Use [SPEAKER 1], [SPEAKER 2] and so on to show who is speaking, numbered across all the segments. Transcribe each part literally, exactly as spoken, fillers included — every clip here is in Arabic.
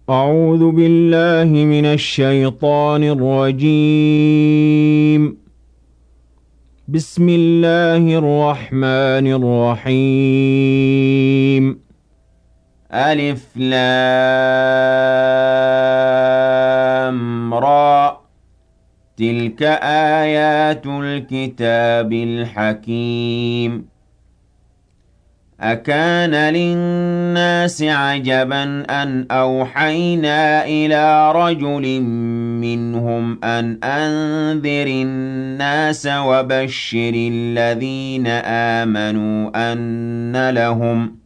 [SPEAKER 1] أعوذ بالله من الشيطان الرجيم. بسم الله الرحمن الرحيم. ألف لام را. تلك آيات الكتاب الحكيم. أكان للناس عجبا أن أوحينا إلى رجل منهم أن أنذر الناس وبشر الذين آمنوا أن لهم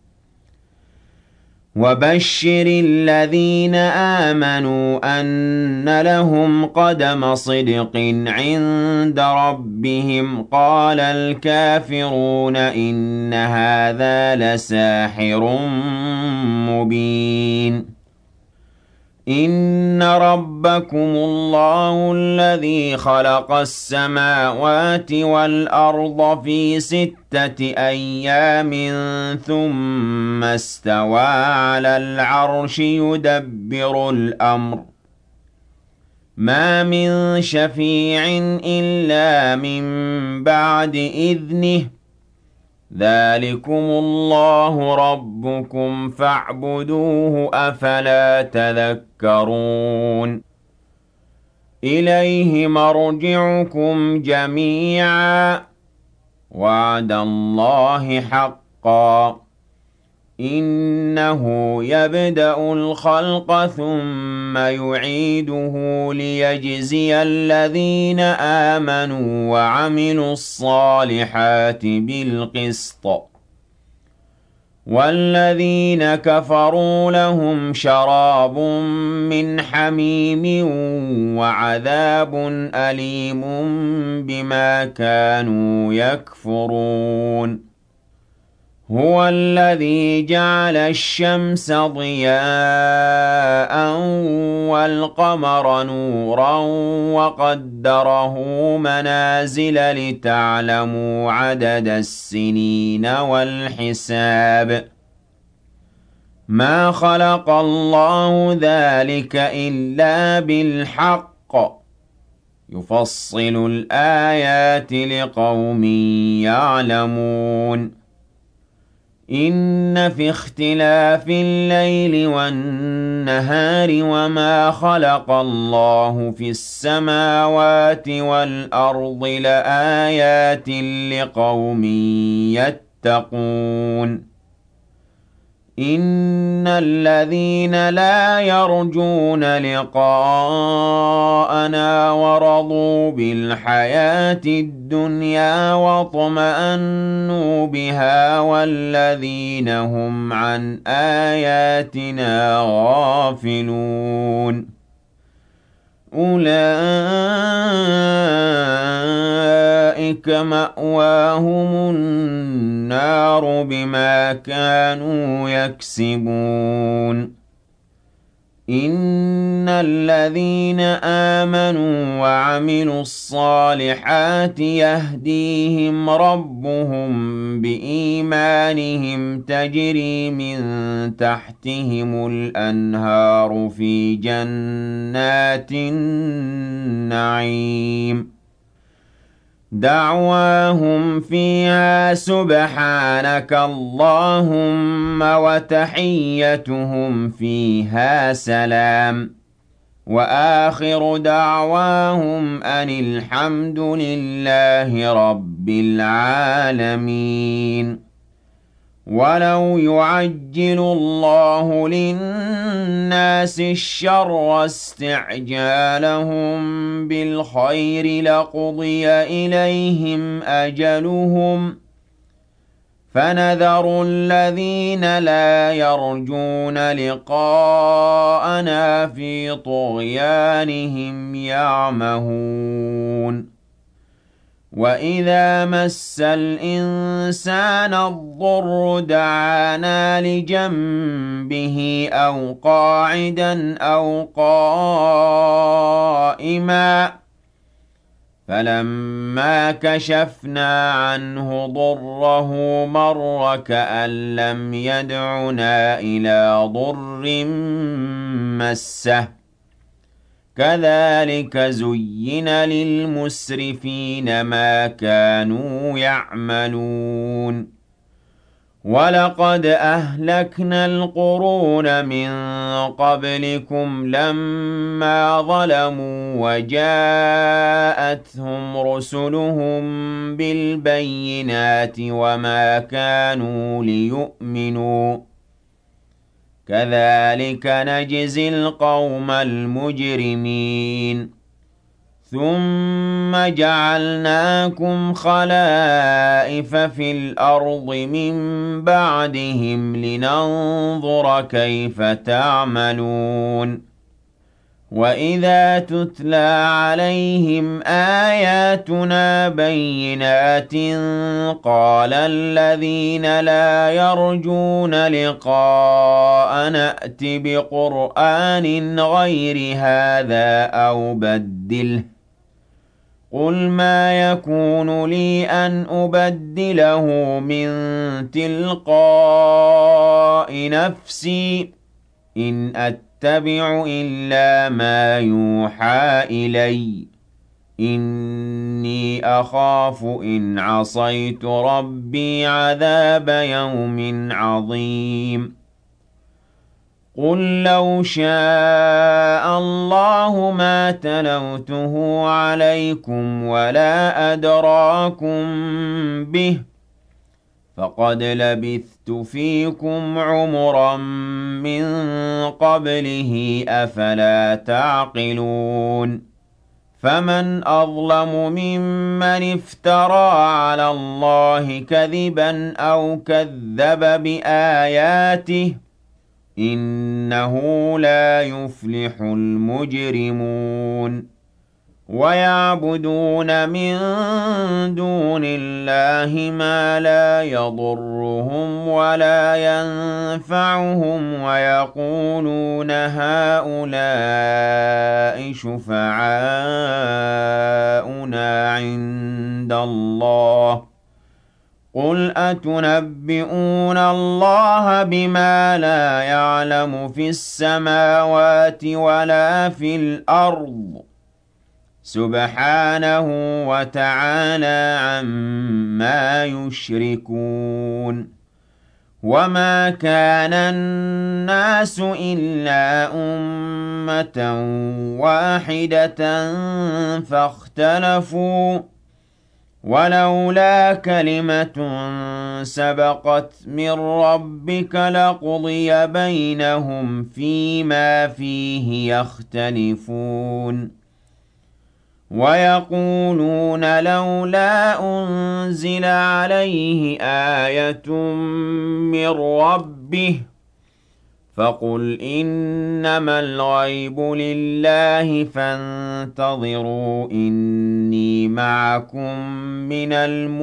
[SPEAKER 1] وبشر الذين آمنوا أن لهم قدم صدق عند ربهم. قال الكافرون إن هذا لساحر مبين. إن ربكم الله الذي خلق السماوات والأرض في ستة أيام ثم استوى على العرش يدبر الأمر ما من شفيع إلا من بعد إذنه. ذلكم الله ربكم فاعبدوه أفلا تذكرون. إليه مرجعكم جميعا وعد الله حقا. إنه يبدأ الخلق ثم يعيده ليجزي الذين آمنوا وعملوا الصالحات بالقسط. والذين كفروا لهم شراب من حميم وعذاب أليم بما كانوا يكفرون. هو الذي جعل الشمس ضياء والقمر نورا وقدره منازل لتعلموا عدد السنين والحساب. ما خلق الله ذلك إلا بالحق يفصل الآيات لقوم يعلمون. إن في اختلاف الليل والنهار وما خلق الله في السماوات والأرض لآيات لقوم يتقون. إن الذين لا يرجون لقاءنا ورضوا بالحياة الدنيا واطمأنوا بها والذين هم عن آياتنا غافلون أولئك مأواهم النار بما كانوا يكسبون. إن الذين آمنوا وعملوا الصالحات يهديهم ربهم بإيمانهم تجري من تحتهم الأنهار في جنات النعيم. دعواهم فيها سبحانك اللهم وتحيتهم فيها سلام وآخر دعواهم أن الحمد لله رب العالمين. ولو يعجل الله للناس الشر استعجالهم بالخير لقضي إليهم أجلهم فنذر الذين لا يرجون لقاءنا في طغيانهم يعمهون. وإذا مس الإنسان الضر دعانا لجنبه أو قاعدا أو قائما فَلَمَّا كَشَفْنَا عَنْهُ ضُرَّهُ مَرَّ كَأَن لَّمْ يَدْعُنَا إِلَىٰ ضُرٍّ مَّسَّهُ ۚ كَذَٰلِكَ زُيِّنَ لِلْمُسْرِفِينَ مَا كَانُوا يَعْمَلُونَ وَلَقَدْ أَهْلَكْنَا الْقُرُونَ مِن قَبْلِكُمْ لَمَّا ظَلَمُوا وَجَاءَتْهُمْ رُسُلُهُم بِالْبَيِّنَاتِ وَمَا كَانُوا لِيُؤْمِنُوا ۚ كَذَٰلِكَ نَجْزِي الْقَوْمَ الْمُجْرِمِينَ ثُمَّ جَعَلْنَاكُمْ خَلَائِفَ فِي الْأَرْضِ مِن بَعْدِهِمْ لِنَنظُرَ كَيْفَ تَعْمَلُونَ وَإِذَا تُتْلَىٰ عَلَيْهِمْ آيَاتُنَا بَيِّنَاتٍ قَالَ الَّذِينَ لَا يَرْجُونَ لِقَاءَنَا ائْتِ بِقُرْآنٍ غَيْرِ هَٰذَا أَوْ بَدِّلْهُ ۚ قُلْ مَا يَكُونُ لِي أَنْ أُبَدِّلَهُ مِن تِلْقَاءِ نَفْسِي ۖ إِنْ أَتَّبِعُ إِلَّا مَا يُوحَىٰ إِلَيَّ ۖ إِنِّي أَخَافُ إِنْ عَصَيْتُ رَبِّي عَذَابَ يَوْمٍ عَظِيمٍ قُل لَّوْ شَاءَ اللَّهُ مَا تَلَوْتُهُ عَلَيْكُمْ وَلَا أَدْرَاكُم بِهِ ۖ فَقَدْ لَبِثْتُ فِيكُمْ عُمُرًا مِّن قَبْلِهِ ۚ أَفَلَا تَعْقِلُونَ فَمَنْ أَظْلَمُ مِمَّنِ افْتَرَىٰ عَلَى اللَّهِ كَذِبًا أَوْ كَذَّبَ بِآيَاتِهِ ۚ إِنَّهُ لَا يُفْلِحُ الْمُجْرِمُونَ وَيَعْبُدُونَ مِن دُونِ اللَّهِ مَا لَا يَضُرُّهُمْ وَلَا يَنفَعُهُمْ وَيَقُولُونَ هَٰؤُلَاءِ شُفَعَاؤُنَا عِندَ اللَّهِ ۚ قُلْ أَتُنَبِّئُونَ اللَّهَ بِمَا لَا يَعْلَمُ فِي السَّمَاوَاتِ وَلَا فِي الْأَرْضِ ۚ سُبْحَانَهُ وَتَعَالَىٰ عَمَّا يُشْرِكُونَ وَمَا كَانَ النَّاسُ إِلَّا أُمَّةً وَاحِدَةً فَاخْتَلَفُوا ۚ وَلَوْلَا كَلِمَةٌ سَبَقَتْ مِن رَّبِّكَ لَقُضِيَ بَيْنَهُمْ فِيمَا فِيهِ يَخْتَلِفُونَ وَيَقُولُونَ لَوْلَا أُنزِلَ عَلَيْهِ آيَةٌ مِّن رَّبِّهِ ۖ فَقُلْ إِنَّمَا الْغَيْبُ لِلَّهِ فَانتَظِرُوا إِنِّي مَعَكُم مِّنَ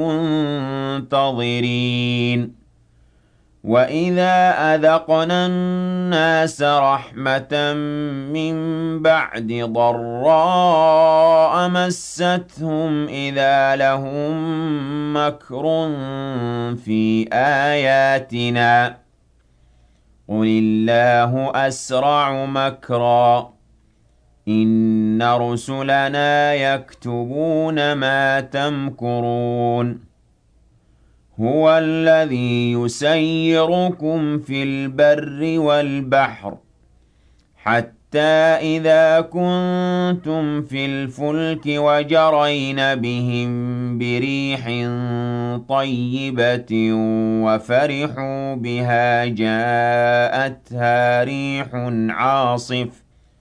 [SPEAKER 1] الْمُنتَظِرِينَ وَإِذَا أَذَقْنَا النَّاسَ رَحْمَةً مِّن بَعْدِ ضَرَّاءَ مَسَّتْهُمْ إِذَا لَهُم مَّكْرٌ فِي آيَاتِنَا ۚ قُلِ اللَّهُ أَسْرَعُ مَكْرًا ۚ إِنَّ رُسُلَنَا يَكْتُبُونَ مَا تَمْكُرُونَ هُوَ الَّذِي يُسَيِّرُكُمْ فِي الْبَرِّ وَالْبَحْرِ حَتَّىٰ إِذَا كُنتُمْ فِي الْفُلْكِ وَجَرَيْنَ بِهِم بِرِيحٍ طَيِّبَةٍ وَفَرِحُوا بِهَا جَاءَتْهَا رِيحٌ عَاصِفٌ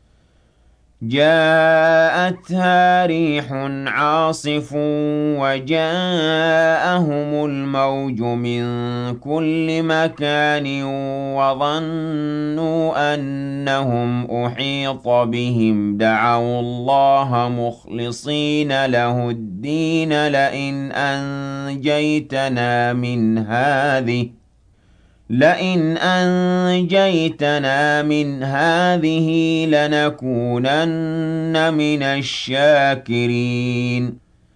[SPEAKER 1] جاءتها ريح عاصف وجاءهم الموج من كل مكان وظنوا أنهم أحيط بهم دعوا الله مخلصين له الدين لئن أنجيتنا من هذه لئن أنجيتنا من هذه لنكونن من الشاكرين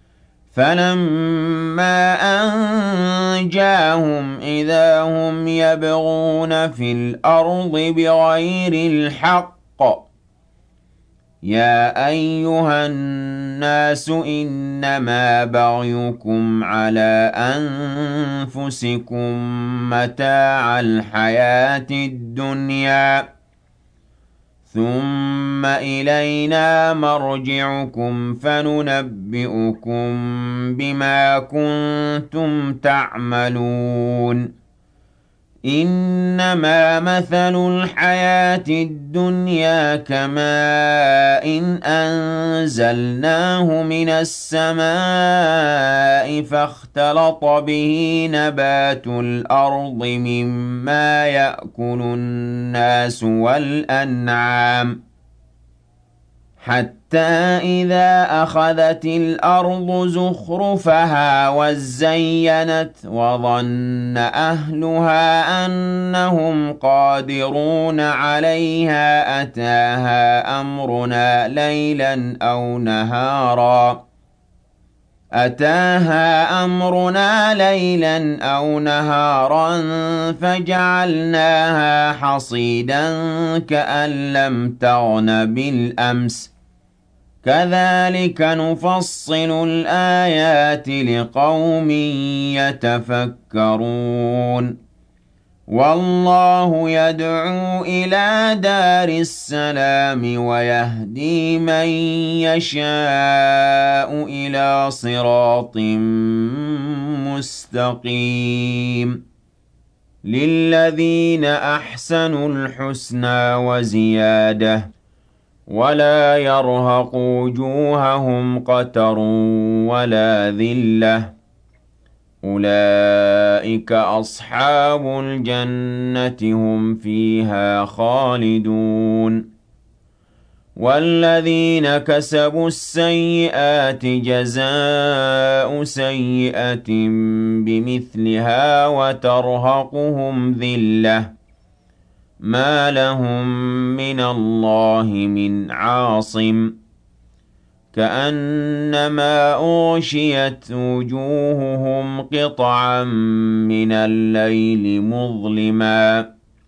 [SPEAKER 1] فَلَمَّا أَنجَاهُمْ إِذَا هُمْ يَبْغُونَ فِي الْأَرْضِ بِغَيْرِ الْحَقِّ ۗ يَا أَيُّهَا النَّاسُ إِنَّمَا بَغْيُكُمْ عَلَىٰ أَنفُسِكُم ۖ مَّتَاعَ الْحَيَاةِ الدُّنْيَا ۖ ثُمَّ إِلَيْنَا مَرْجِعُكُمْ فَنُنَبِّئُكُم بِمَا كُنتُمْ تَعْمَلُونَ إِنَّمَا مَثَلُ الْحَيَاةِ الدُّنْيَا كَمَاءٍ أَنزَلْنَاهُ مِنَ السَّمَاءِ فَاخْتَلَطَ بِهِ نَبَاتُ الْأَرْضِ مِمَّا يَأْكُلُ النَّاسُ وَالْأَنْعَامُ حَتَّىٰ إِذَا أَخَذَتِ الْأَرْضُ زُخْرُفَهَا وَازَّيَّنَتْ وَظَنَّ أَهْلُهَا أَنَّهُمْ قَادِرُونَ عَلَيْهَا أَتَاهَا أَمْرُنَا لَيْلًا أَوْ نَهَارًا أَتَاهَا أَمْرُنَا لَيْلًا أَوْ نَهَارًا فَجَعَلْنَاهَا حَصِيدًا كَأَن لَّمْ تَغْنَ بِالْأَمْسِ ۚ كَذَٰلِكَ نُفَصِّلُ الْآيَاتِ لِقَوْمٍ يَتَفَكَّرُونَ وَاللَّهُ يَدْعُو إِلَىٰ دَارِ السَّلَامِ وَيَهْدِي مَن يَشَاءُ إِلَىٰ صِرَاطٍ مُّسْتَقِيمٍ لِلَّذِينَ أَحْسَنُوا الْحُسْنَىٰ وَزِيَادَةٌ ۖ وَلَا يَرْهَقُ وُجُوهَهُمْ قَتَرٌ وَلَا ذِلَّةٌ ۚ أُولَٰئِكَ أَصْحَابُ الْجَنَّةِ ۖ هُمْ فِيهَا خَالِدُونَ وَالَّذِينَ كَسَبُوا السَّيِّئَاتِ جَزَاءُ سَيِّئَةٍ بِمِثْلِهَا وَتَرْهَقُهُمْ ذِلَّةٌ ۖ مَّا لَهُم مِّنَ اللَّهِ مِنْ عَاصِمٍ كَأَنَّمَا أُغْشِيَتْ وُجُوهُهُمْ قِطَعًا مِّنَ اللَّيْلِ مُظْلِمًا ۚ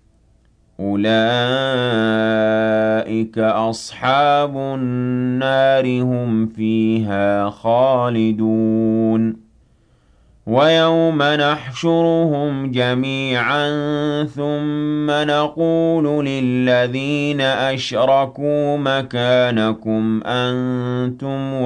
[SPEAKER 1] أُولَٰئِكَ أَصْحَابُ النَّارِ ۖ هُمْ فِيهَا خَالِدُونَ وَيَوْمَ نَحْشُرُهُمْ جَمِيعًا ثُمَّ نَقُولُ لِلَّذِينَ أَشْرَكُوا مَكَانَكُمْ أَنتُمْ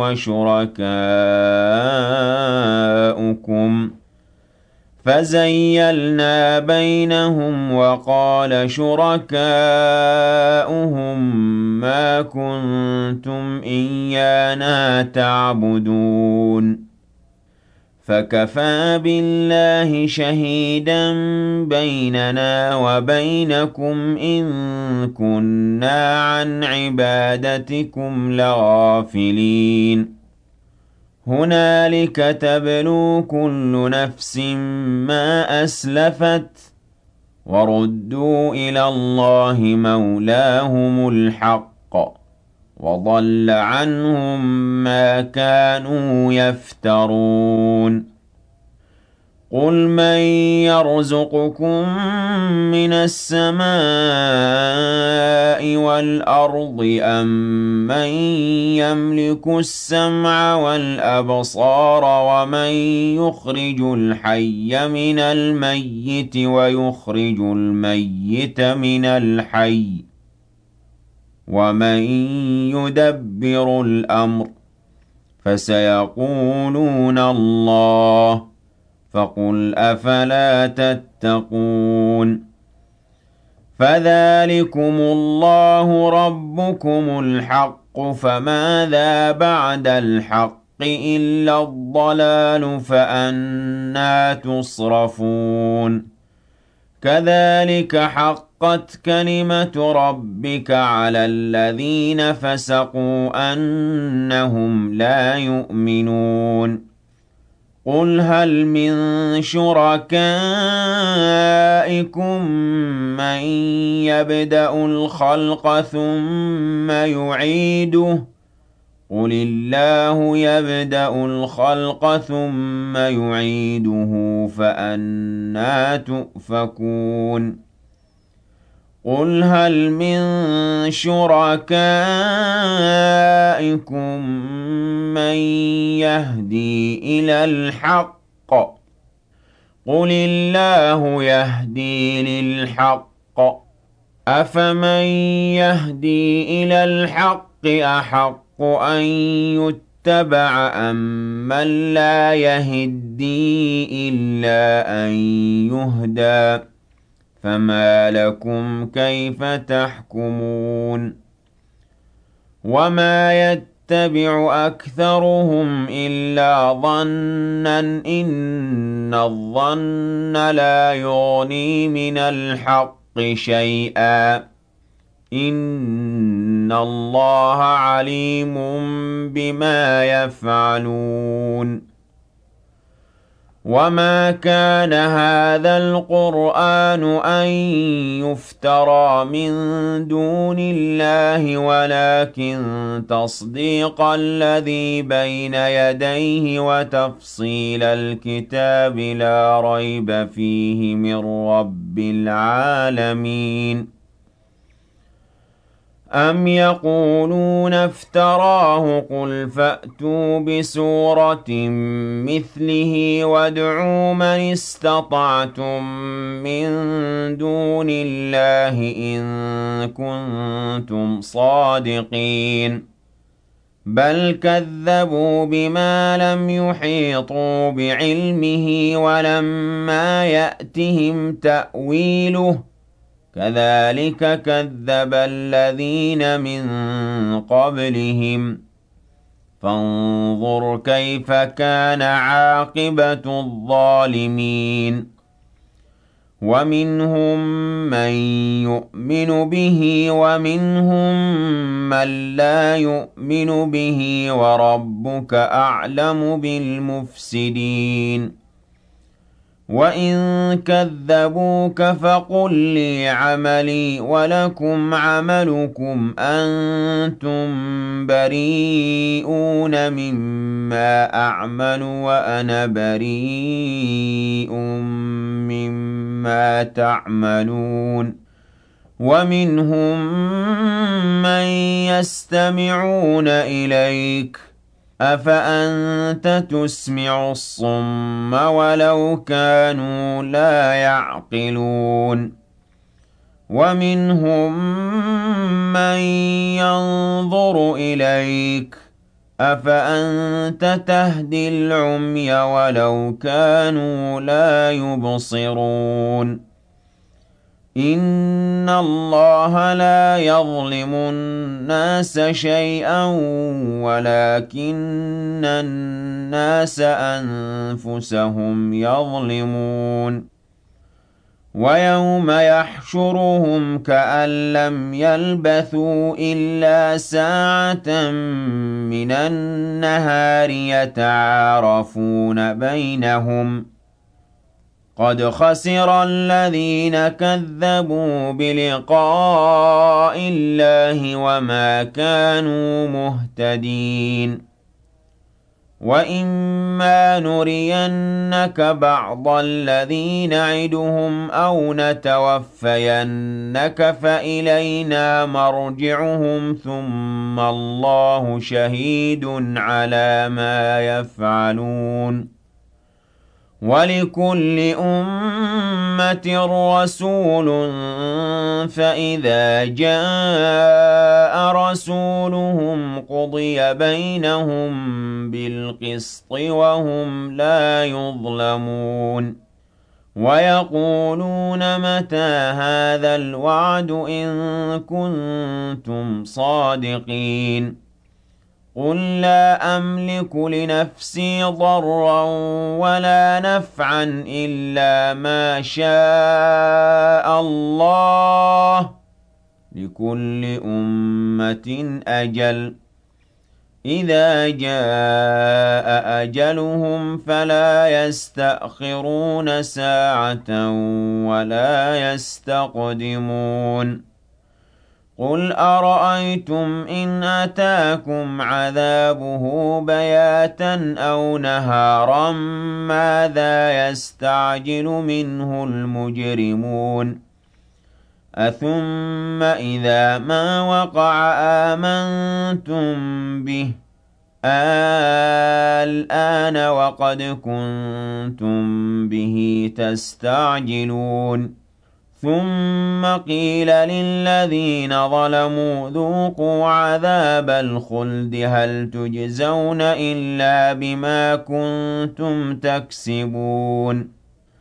[SPEAKER 1] وَشُرَكَاؤُكُمْ ۚ فَزَيَّلْنَا بَيْنَهُمْ وَقَالَ شُرَكَاؤُهُم مَّا كُنتُمْ إِيَّانَا تَعْبُدُونَ فَكَفَىٰ بِاللَّهِ شَهِيدًا بَيْنَنَا وَبَيْنَكُمْ إِن كُنَّا عَنْ عِبَادَتِكُمْ لَغَافِلِينَ هُنَالِكَ تَبْلُو كُلُّ نَفْسٍ مَّا أَسْلَفَتْ ۚ وَرُدُّوا إِلَى اللَّهِ مَوْلَاهُمُ الْحَقِّ ۖ وَضَلَّ عَنْهُم مَّا كَانُوا يَفْتَرُونَ قُلْ مَن يَرْزُقُكُم مِّنَ السَّمَاءِ وَالْأَرْضِ أَمَّن يَمْلِكُ السَّمْعَ وَالْأَبْصَارَ وَمَن يُخْرِجُ الْحَيَّ مِنَ الْمَيِّتِ وَيُخْرِجُ الْمَيِّتَ مِنَ الْحَيِّ ۚ وَمَن يُدَبِّرُ الْأَمْرَ ۚ فَسَيَقُولُونَ اللَّهُ ۚ فَقُلْ أَفَلَا تَتَّقُونَ فَذَٰلِكُمُ اللَّهُ رَبُّكُمُ الْحَقُّ ۖ فَمَاذَا بَعْدَ الْحَقِّ إِلَّا الضَّلَالُ ۖ فَأَنَّىٰ تُصْرَفُونَ كَذَٰلِكَ حَقَّتْ كَلِمَةُ رَبِّكَ عَلَى الَّذِينَ فَسَقُوا أَنَّهُمْ لَا يُؤْمِنُونَ قُلْ هَلْ مِن شُرَكَائِكُم مَّن يَبْدَأُ الْخَلْقَ ثُمَّ يُعِيدُهُ ۚ قل الله يبدأ الخلق ثم يعيده فأنى تؤفكون قل هل من شركائكم من يهدي إلى الحق قل الله يهدي للحق أفمن يهدي إلى الحق أحق أن يتبع أم من لا يهدي إلا أن يهدى فما لكم كيف تحكمون وما يتبع أكثرهم إلا ظنا إن الظن لا يغني من الحق شيئا إن الله عليم بما يفعلون وما كان هذا القرآن أن يفترى من دون الله ولكن تصديق الذي بين يديه وتفصيل الكتاب لا ريب فيه من رب العالمين أم يقولون افتراه قل فأتوا بسورة مثله وادعوا من استطعتم من دون الله إن كنتم صادقين بل كذبوا بما لم يحيطوا بعلمه ولما يأتهم تأويله كذلك كذب الذين من قبلهم فانظر كيف كان عاقبة الظالمين ومنهم من يؤمن به ومنهم من لا يؤمن به وربك أعلم بالمفسدين وَإِن كَذَّبُوكَ فَقُل لِّي عَمَلِي وَلَكُمْ عَمَلُكُمْ أَنتُم بَرِيئُونَ مِمَّا أَعْمَلُ وَأَنَا بَرِيءٌ مِّمَّا تَعْمَلُونَ وَمِنْهُم مَّن يَسْتَمِعُونَ إِلَيْكَ أَفَأَنتَ تُسْمِعُ الصُّمَّ وَلَوْ كَانُوا لَا يَعْقِلُونَ وَمِنْهُم مَّن يَنظُرُ إِلَيْكَ أَفَأَنتَ تَهْدِي الْعُمْيَ وَلَوْ كَانُوا لَا يُبْصِرُونَ إِنَّ اللَّهَ لَا يَظْلِمُ النَّاسَ شَيْئًا وَلَكِنَّ النَّاسَ أَنفُسَهُمْ يَظْلِمُونَ وَيَوْمَ يَحْشُرُهُمْ كَأَن لَّمْ يَلْبَثُوا إِلَّا سَاعَةً مِّنَ النَّهَارِ يَتَعَارَفُونَ بَيْنَهُمْ قد خسر الذين كذبوا بلقاء الله وما كانوا مهتدين وإما نرينك بعض الذي نعدهم أو نتوفينك فإلينا مرجعهم ثم الله شهيد على ما يفعلون وَلِكُلِّ أُمَّةٍ رَّسُولٌ فَإِذَا جَاءَ رَسُولُهُمْ قُضِيَ بَيْنَهُم بِالْقِسْطِ وَهُمْ لَا يُظْلَمُونَ وَيَقُولُونَ مَتَىٰ هَٰذَا الْوَعْدُ إِن كُنتُمْ صَادِقِينَ قُل لَّا أَمْلِكُ لِنَفْسِي ضَرًّا وَلَا نَفْعًا إِلَّا مَا شَاءَ اللَّهُ ۗ لِكُلِّ أُمَّةٍ أَجَلٌ ۚ إِذَا جَاءَ أَجَلُهُمْ فَلَا يَسْتَأْخِرُونَ سَاعَةً وَلَا يَسْتَقْدِمُونَ قُلْ أَرَأَيْتُمْ إِنْ أَتَاكُمْ عَذَابُهُ بَيَاتًا أَوْ نَهَارًا مَاذَا يَسْتَعْجِلُ مِنْهُ الْمُجْرِمُونَ أَثُمَّ إِذَا مَا وَقَعَ آمَنْتُمْ بِهِ الْآنَ وَقَدْ كُنْتُمْ بِهِ تَسْتَعْجِلُونَ ثُمَّ قِيلَ لِلَّذِينَ ظَلَمُوا ذُوقُوا عَذَابَ الْخُلْدِ هَلْ تُجْزَوْنَ إِلَّا بِمَا كُنتُمْ تَكْسِبُونَ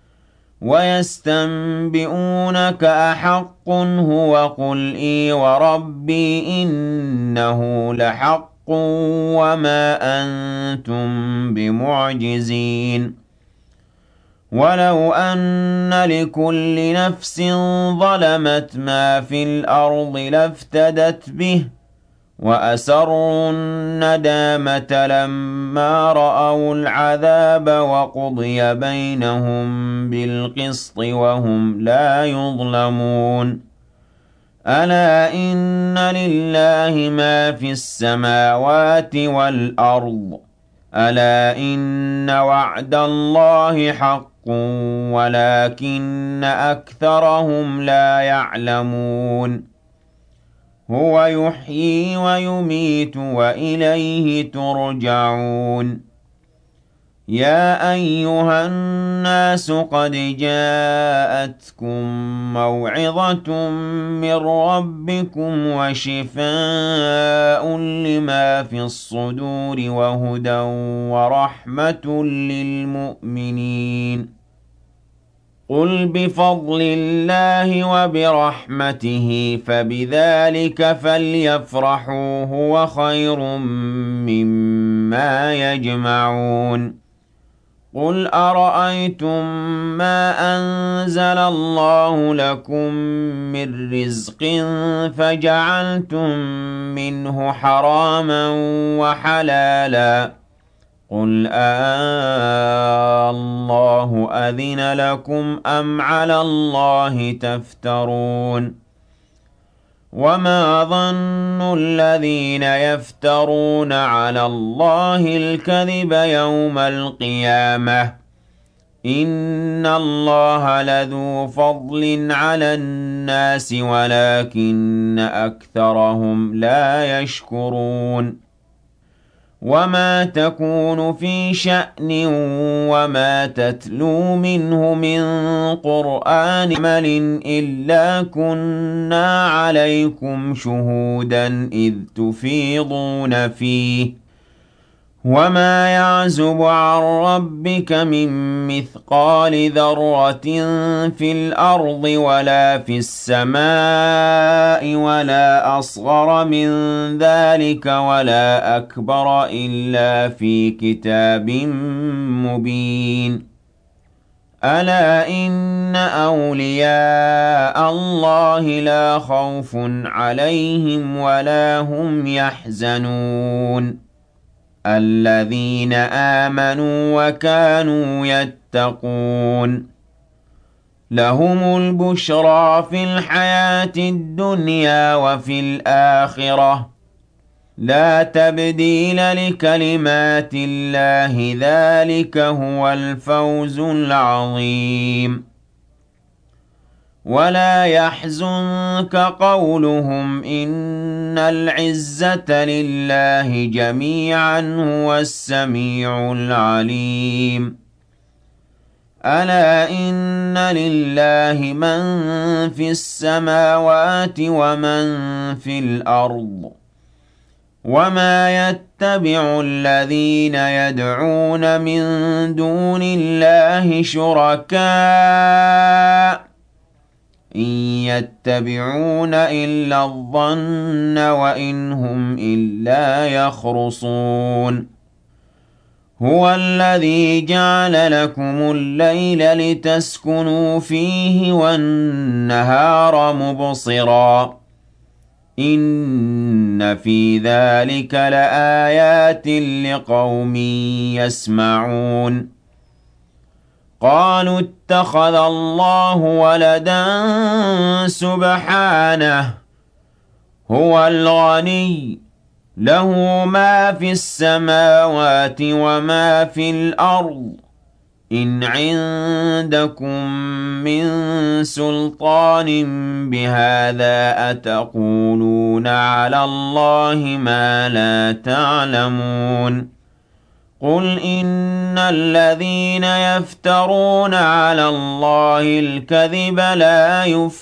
[SPEAKER 1] وَيَسْتَنبِئُونَكَ أَحَقٌّ هُوَ قُلْ إِي وَرَبِّي إِنَّهُ لَحَقٌّ وَمَا أَنتُم بِمُعْجِزِينَ وَلَوْ أَنَّ لِكُلِّ نَفْسٍ ظَلَمَتْ مَا فِي الْأَرْضِ لَافْتَدَتْ بِهِ وَأَسَرُّوا النَّدَامَةَ لَمَّا رَأَوُا الْعَذَابَ وَقُضِيَ بَيْنَهُم بِالْقِسْطِ وَهُمْ لَا يُظْلَمُونَ أَلَا إِنَّ لِلَّهِ مَا فِي السَّمَاوَاتِ وَالْأَرْضِ أَلَا إِنَّ وَعْدَ اللَّهِ حَقٌّ وَلَكِنَّ أَكْثَرَهُمْ لَا يَعْلَمُونَ هُوَ يُحْيِي وَيُمِيتُ وَإِلَيْهِ تُرْجَعُونَ يَا أَيُّهَا النَّاسُ قَدْ جَاءَتْكُم مَّوْعِظَةٌ مِّن رَّبِّكُمْ وَشِفَاءٌ لِّمَا فِي الصُّدُورِ وَهُدًى وَرَحْمَةٌ لِّلْمُؤْمِنِينَ قُلْ بِفَضْلِ اللَّهِ وَبِرَحْمَتِهِ فَبِذَٰلِكَ فَلْيَفْرَحُوا هُوَ خَيْرٌ مِّمَّا يَجْمَعُونَ قُلْ أَرَأَيْتُم مَّا أَنزَلَ اللَّهُ لَكُم مِّن رِّزْقٍ فَجَعَلْتُم مِّنْهُ حَرَامًا وَحَلَالًا قُلْ آللَّهُ أَذِنَ لَكُمْ أَمْ عَلَى اللَّهِ تَفْتَرُونَ وَمَا ظَنُّ الَّذِينَ يَفْتَرُونَ عَلَى اللَّهِ الْكَذِبَ يَوْمَ الْقِيَامَةِ ۗ إِنَّ اللَّهَ لَذُو فَضْلٍ عَلَى النَّاسِ وَلَكِنَّ أَكْثَرَهُمْ لَا يَشْكُرُونَ وَمَا تَكُونُ فِي شَأْنٍ وَمَا تَتْلُو مِنْهُ مِنْ قُرْآنٍ عَمَلٍ إِلَّا كُنَّا عَلَيْكُمْ شُهُودًا إِذْ تُفِيضُونَ فِيهِ وَمَا يَعْزُبُ عَن رَّبِّكَ مِن مِّثْقَالِ ذَرَّةٍ فِي الْأَرْضِ وَلَا فِي السَّمَاءِ وَلَا أَصْغَرَ مِن ذَٰلِكَ وَلَا أَكْبَرَ إِلَّا فِي كِتَابٍ مُّبِينٍ أَلَا إِنَّ أَوْلِيَاءَ اللَّهِ لَا خَوْفٌ عَلَيْهِمْ وَلَا هُمْ يَحْزَنُونَ الَّذِينَ آمَنُوا وَكَانُوا يَتَّقُونَ لَهُمُ الْبُشْرَىٰ فِي الْحَيَاةِ الدُّنْيَا وَفِي الْآخِرَةِ ۖ لَا تَبْدِيلَ لِكَلِمَاتِ اللَّهِ ۚ ذَٰلِكَ هُوَ الْفَوْزُ الْعَظِيمُ وَلَا يَحْزُنكَ قَوْلُهُمْ إِنَّ الْعِزَّةَ لِلَّهِ جَمِيعًا هُوَ السَّمِيعُ الْعَلِيمُ أَلَا إِنَّ لِلَّهِ مَن فِي السَّمَاوَاتِ وَمَن فِي الْأَرْضِ وَمَا يَتَّبِعُ الَّذِينَ يَدْعُونَ مِن دُونِ اللَّهِ شُرَكَاءَ إِن يَتَّبِعُونَ إِلَّا الظَّنَّ وَإِنْ هُمْ إِلَّا يَخْرُصُونَ هُوَ الَّذِي جَعَلَ لَكُمُ اللَّيْلَ لِتَسْكُنُوا فِيهِ وَالنَّهَارَ مُبْصِرًا إِنَّ فِي ذَلِكَ لَآيَاتٍ لِقَوْمٍ يَسْمَعُونَ قَالُوا اتَّخَذَ اللَّهُ وَلَدًا سُبْحَانَهُ هو الغني له ما في السماوات وما في الأرض إن عندكم من سلطان بهذا أتقولون على الله ما لا تعلمون قل إن الذين يفترون على الله الكذب لا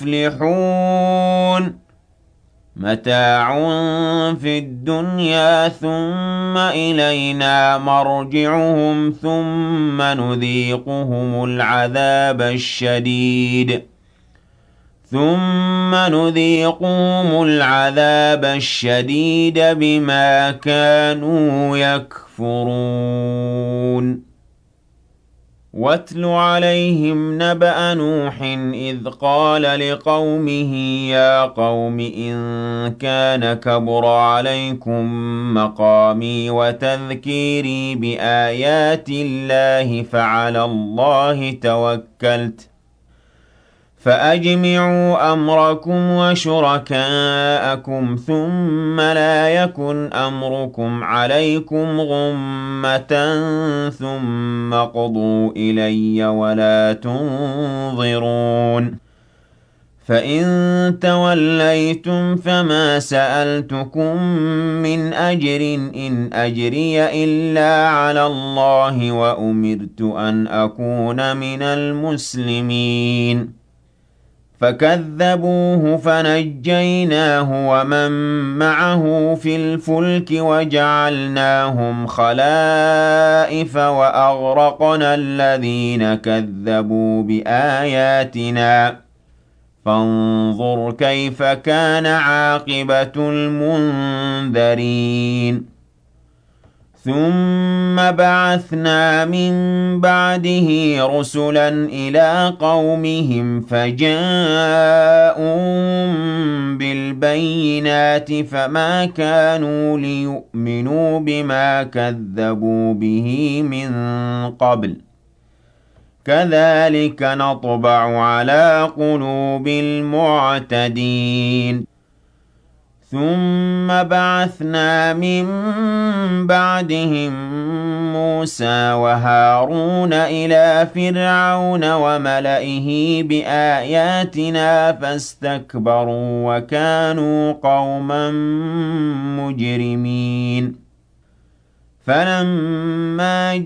[SPEAKER 1] يفلحون متاع في الدنيا ثم إلينا مرجعهم ثم نذيقهم العذاب الشديد ثم نذيقهم العذاب الشديد بما كانوا يكفرون واتل عليهم نبأ نوح إذ قال لقومه يا قوم إن كان كبر عليكم مقامي وتذكيري بآيات الله فعلى الله توكلت فأجمعوا أمركم وشركاءكم ثم لا يكن أمركم عليكم غمة ثم قضوا إلي ولا تنظرون فإن توليتم فما سألتكم من أجر إن أجري إلا على الله وأمرت أن أكون من المسلمين فكذبوه فنجيناه ومن معه في الفلك وجعلناهم خلائف وأغرقنا الذين كذبوا بآياتنا فانظر كيف كان عاقبة المنذرين ثم بعثنا من بعده رسلا إلى قومهم فجاءوا بالبينات فما كانوا ليؤمنوا بما كذبوا به من قبل كذلك نطبع على قلوب المعتدين ثم بعثنا من بعدهم موسى وهارون إلى فرعون وملئه بآياتنا فاستكبروا وكانوا قوما مجرمين فلما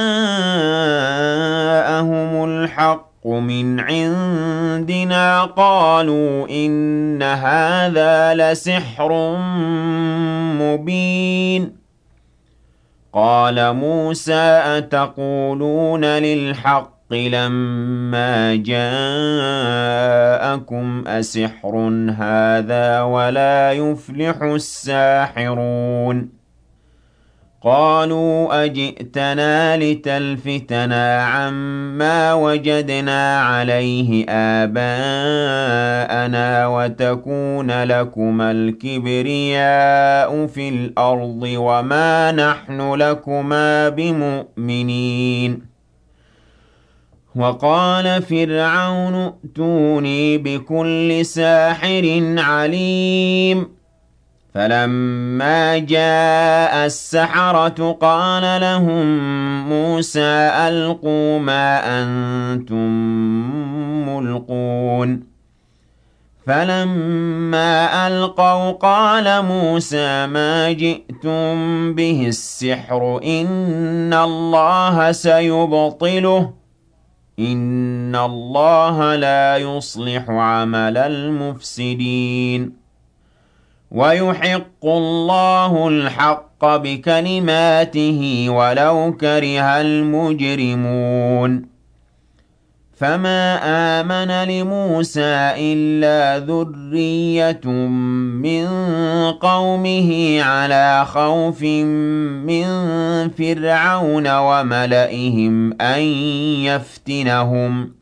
[SPEAKER 1] جاءهم الحق من عندنا قالوا إن هذا لسحر مبين قال موسى أتقولون للحق لما جاءكم أسحر هذا ولا يفلح الساحرون قالوا أجئتنا لتلفتنا عما وجدنا عليه آباءنا وتكون لكما الكبرياء في الأرض وما نحن لكما بمؤمنين وقال فرعون ائتوني بكل ساحر عليم فلما جاء السحرة قال لهم موسى ألقوا ما أنتم ملقون فلما ألقوا قال موسى ما جئتم به السحر إن الله سيبطله إن الله لا يصلح عمل المفسدين ويحق الله الحق بكلماته ولو كره المجرمون فما آمن لموسى إلا ذرية من قومه على خوف من فرعون وملئهم أن يفتنهم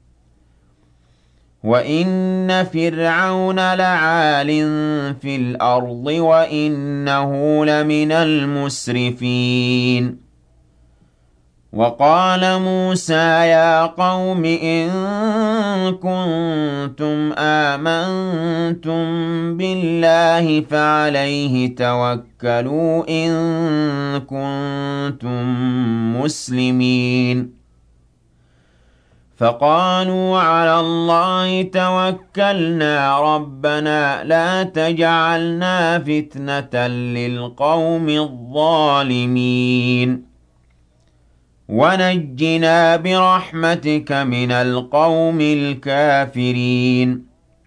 [SPEAKER 1] وَإِنَّ فِرْعَوْنَ لَعَالٍ فِي الْأَرْضِ وَإِنَّهُ لَمِنَ الْمُسْرِفِينَ وقال موسى يا قوم إن كنتم آمنتم بالله فعليه توكلوا إن كنتم مسلمين فقالوا على الله توكلنا ربنا لا تجعلنا فتنة للقوم الظالمين ونجنا برحمتك من القوم الكافرين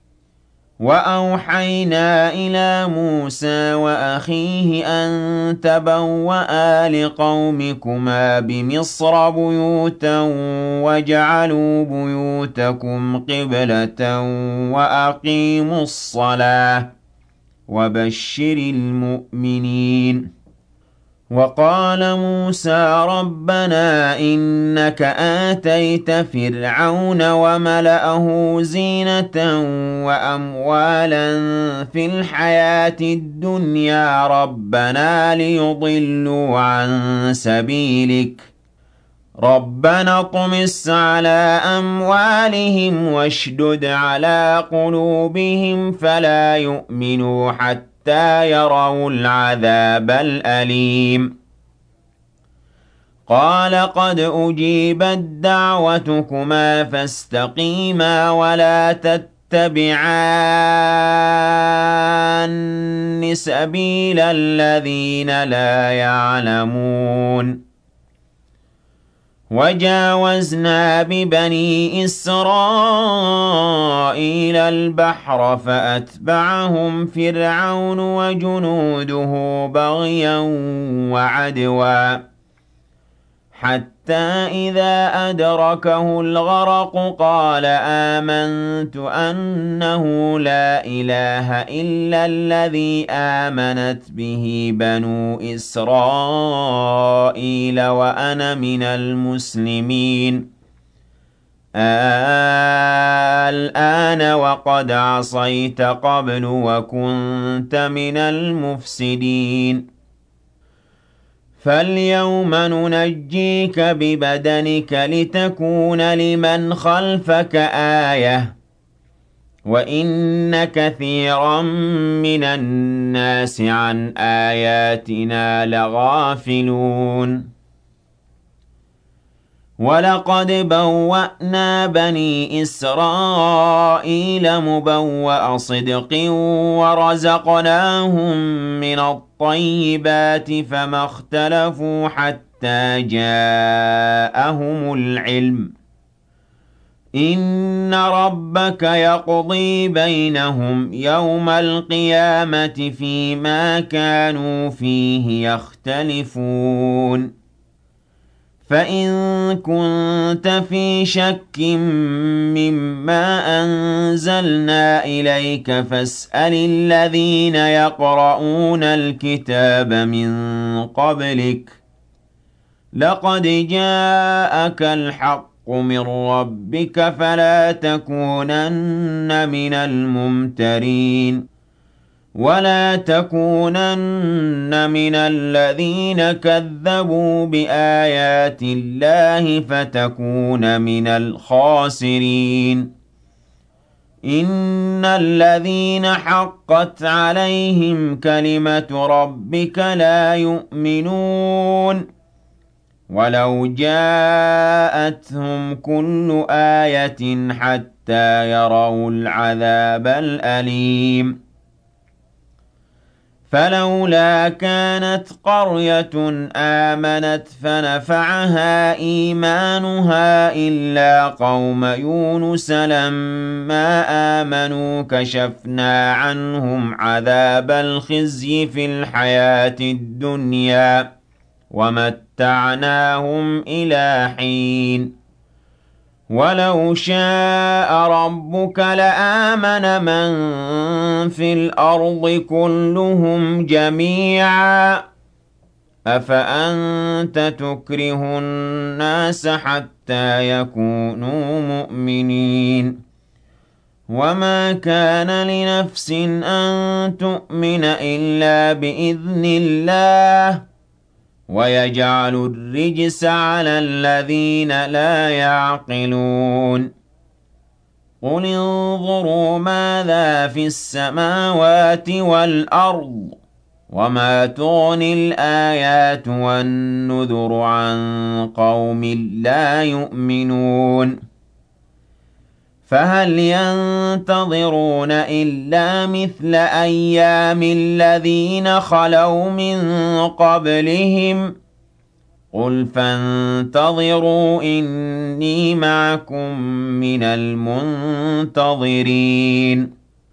[SPEAKER 1] وأوحينا إلى موسى وأخيه أن تبوأ لقومكما بمصر بيوتا واجعلوا بيوتكم قبلة وأقيموا الصلاة وبشر المؤمنين وقال موسى ربنا إنك آتيت فرعون وملأه زينة وأموالا في الحياة الدنيا ربنا ليضلوا عن سبيلك ربنا اطمس على أموالهم واشدد على قلوبهم فلا يؤمنوا حتى حتى يروا العذاب الأليم قال قد أجيبت دعوتكما فاستقيما ولا تتبعان سبيل الذين لا يعلمون وجاوزنا ببني إسرائيل البحر فأتبعهم فرعون وجنوده بغيا وعدوا حتى إذا أدركه الغرق قال آمنت أنه لا إله إلا الذي آمنت به بنو إسرائيل وأنا من المسلمين الآن وقد عصيت قبل وكنت من المفسدين فاليوم ننجيك ببدنك لتكون لمن خلفك آية وإن كثيرا من الناس عن آياتنا لغافلون ولقد بوأنا بني إسرائيل مبوأ صدق ورزقناهم من الطيبات فما اختلفوا حتى جاءهم العلم إن ربك يقضي بينهم يوم القيامة فيما كانوا فيه يختلفون فإن كنت في شك مما أنزلنا إليك فاسأل الذين يقرؤون الكتاب من قبلك لقد جاءك الحق من ربك فلا تكونن من الممترين ولا تكونن من الذين كذبوا بآيات الله فتكون من الخاسرين إن الذين حقت عليهم كلمة ربك لا يؤمنون ولو جاءتهم كل آية حتى يروا العذاب الأليم فلولا كانت قرية آمنت فنفعها إيمانها إلا قوم يونس لما آمنوا كشفنا عنهم عذاب الخزي في الحياة الدنيا ومتعناهم إلى حين ولو شاء ربك لآمن من في الأرض كلهم جميعا أفأنت تكره الناس حتى يكونوا مؤمنين وما كان لنفس أن تؤمن إلا بإذن الله ويجعل الرجس على الذين لا يعقلون قل انظروا ماذا في السماوات والأرض وما تغني الآيات والنذر عن قوم لا يؤمنون فهل ينتظرون إلا مثل أيام الذين خلوا من قبلهم قل فانتظروا إني معكم من المنتظرين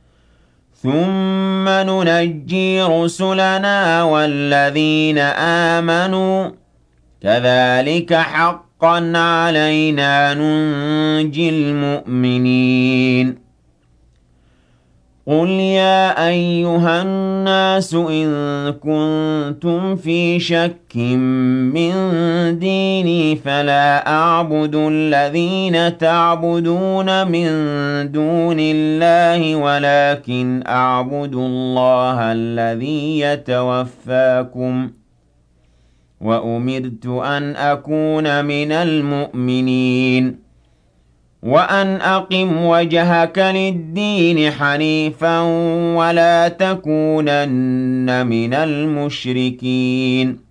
[SPEAKER 1] ثم ننجي رسلنا والذين آمنوا كذلك حقا علينا ننجي المؤمنين قل يا أيها الناس إن كنتم في شك من ديني فلا أعبد الذين تعبدون من دون الله ولكن أعبد الله الذي يتوفاكم وأمرت أن أكون من المؤمنين وأن أقم وجهك للدين حنيفا ولا تكونن من المشركين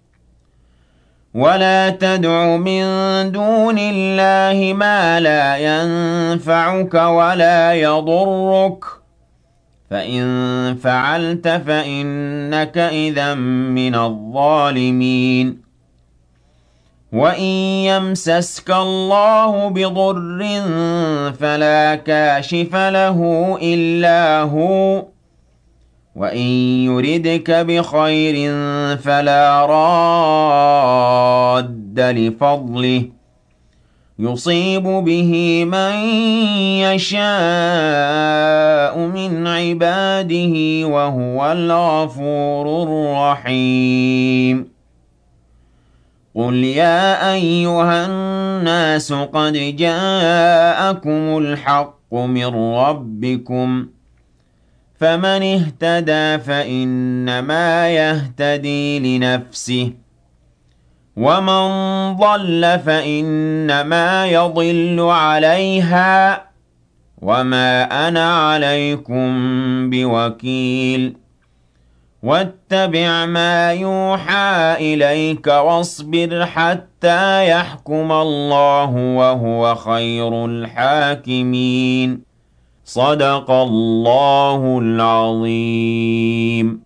[SPEAKER 1] ولا تدع من دون الله ما لا ينفعك ولا يضرك فإن فعلت فإنك إذا من الظالمين وَإِن يَمْسَسْكَ اللَّهُ بِضُرٍّ فَلَا كَاشِفَ لَهُ إِلَّا هُوَ وَإِن يُرِدْكَ بِخَيْرٍ فَلَا رَادَّ لِفَضْلِهِ يُصِيبُ بِهِ مَن يَشَاءُ مِنْ عِبَادِهِ وَهُوَ الْغَفُورُ الرَّحِيمُ قل يا أيها الناس قد جاءكم الحق من ربكم فمن اهتدى فإنما يهتدي لنفسه ومن ضل فإنما يضل عليها وما أنا عليكم بوكيل واتبع ما يوحى إليك واصبر حتى يحكم الله وهو خير الحاكمين صدق الله العظيم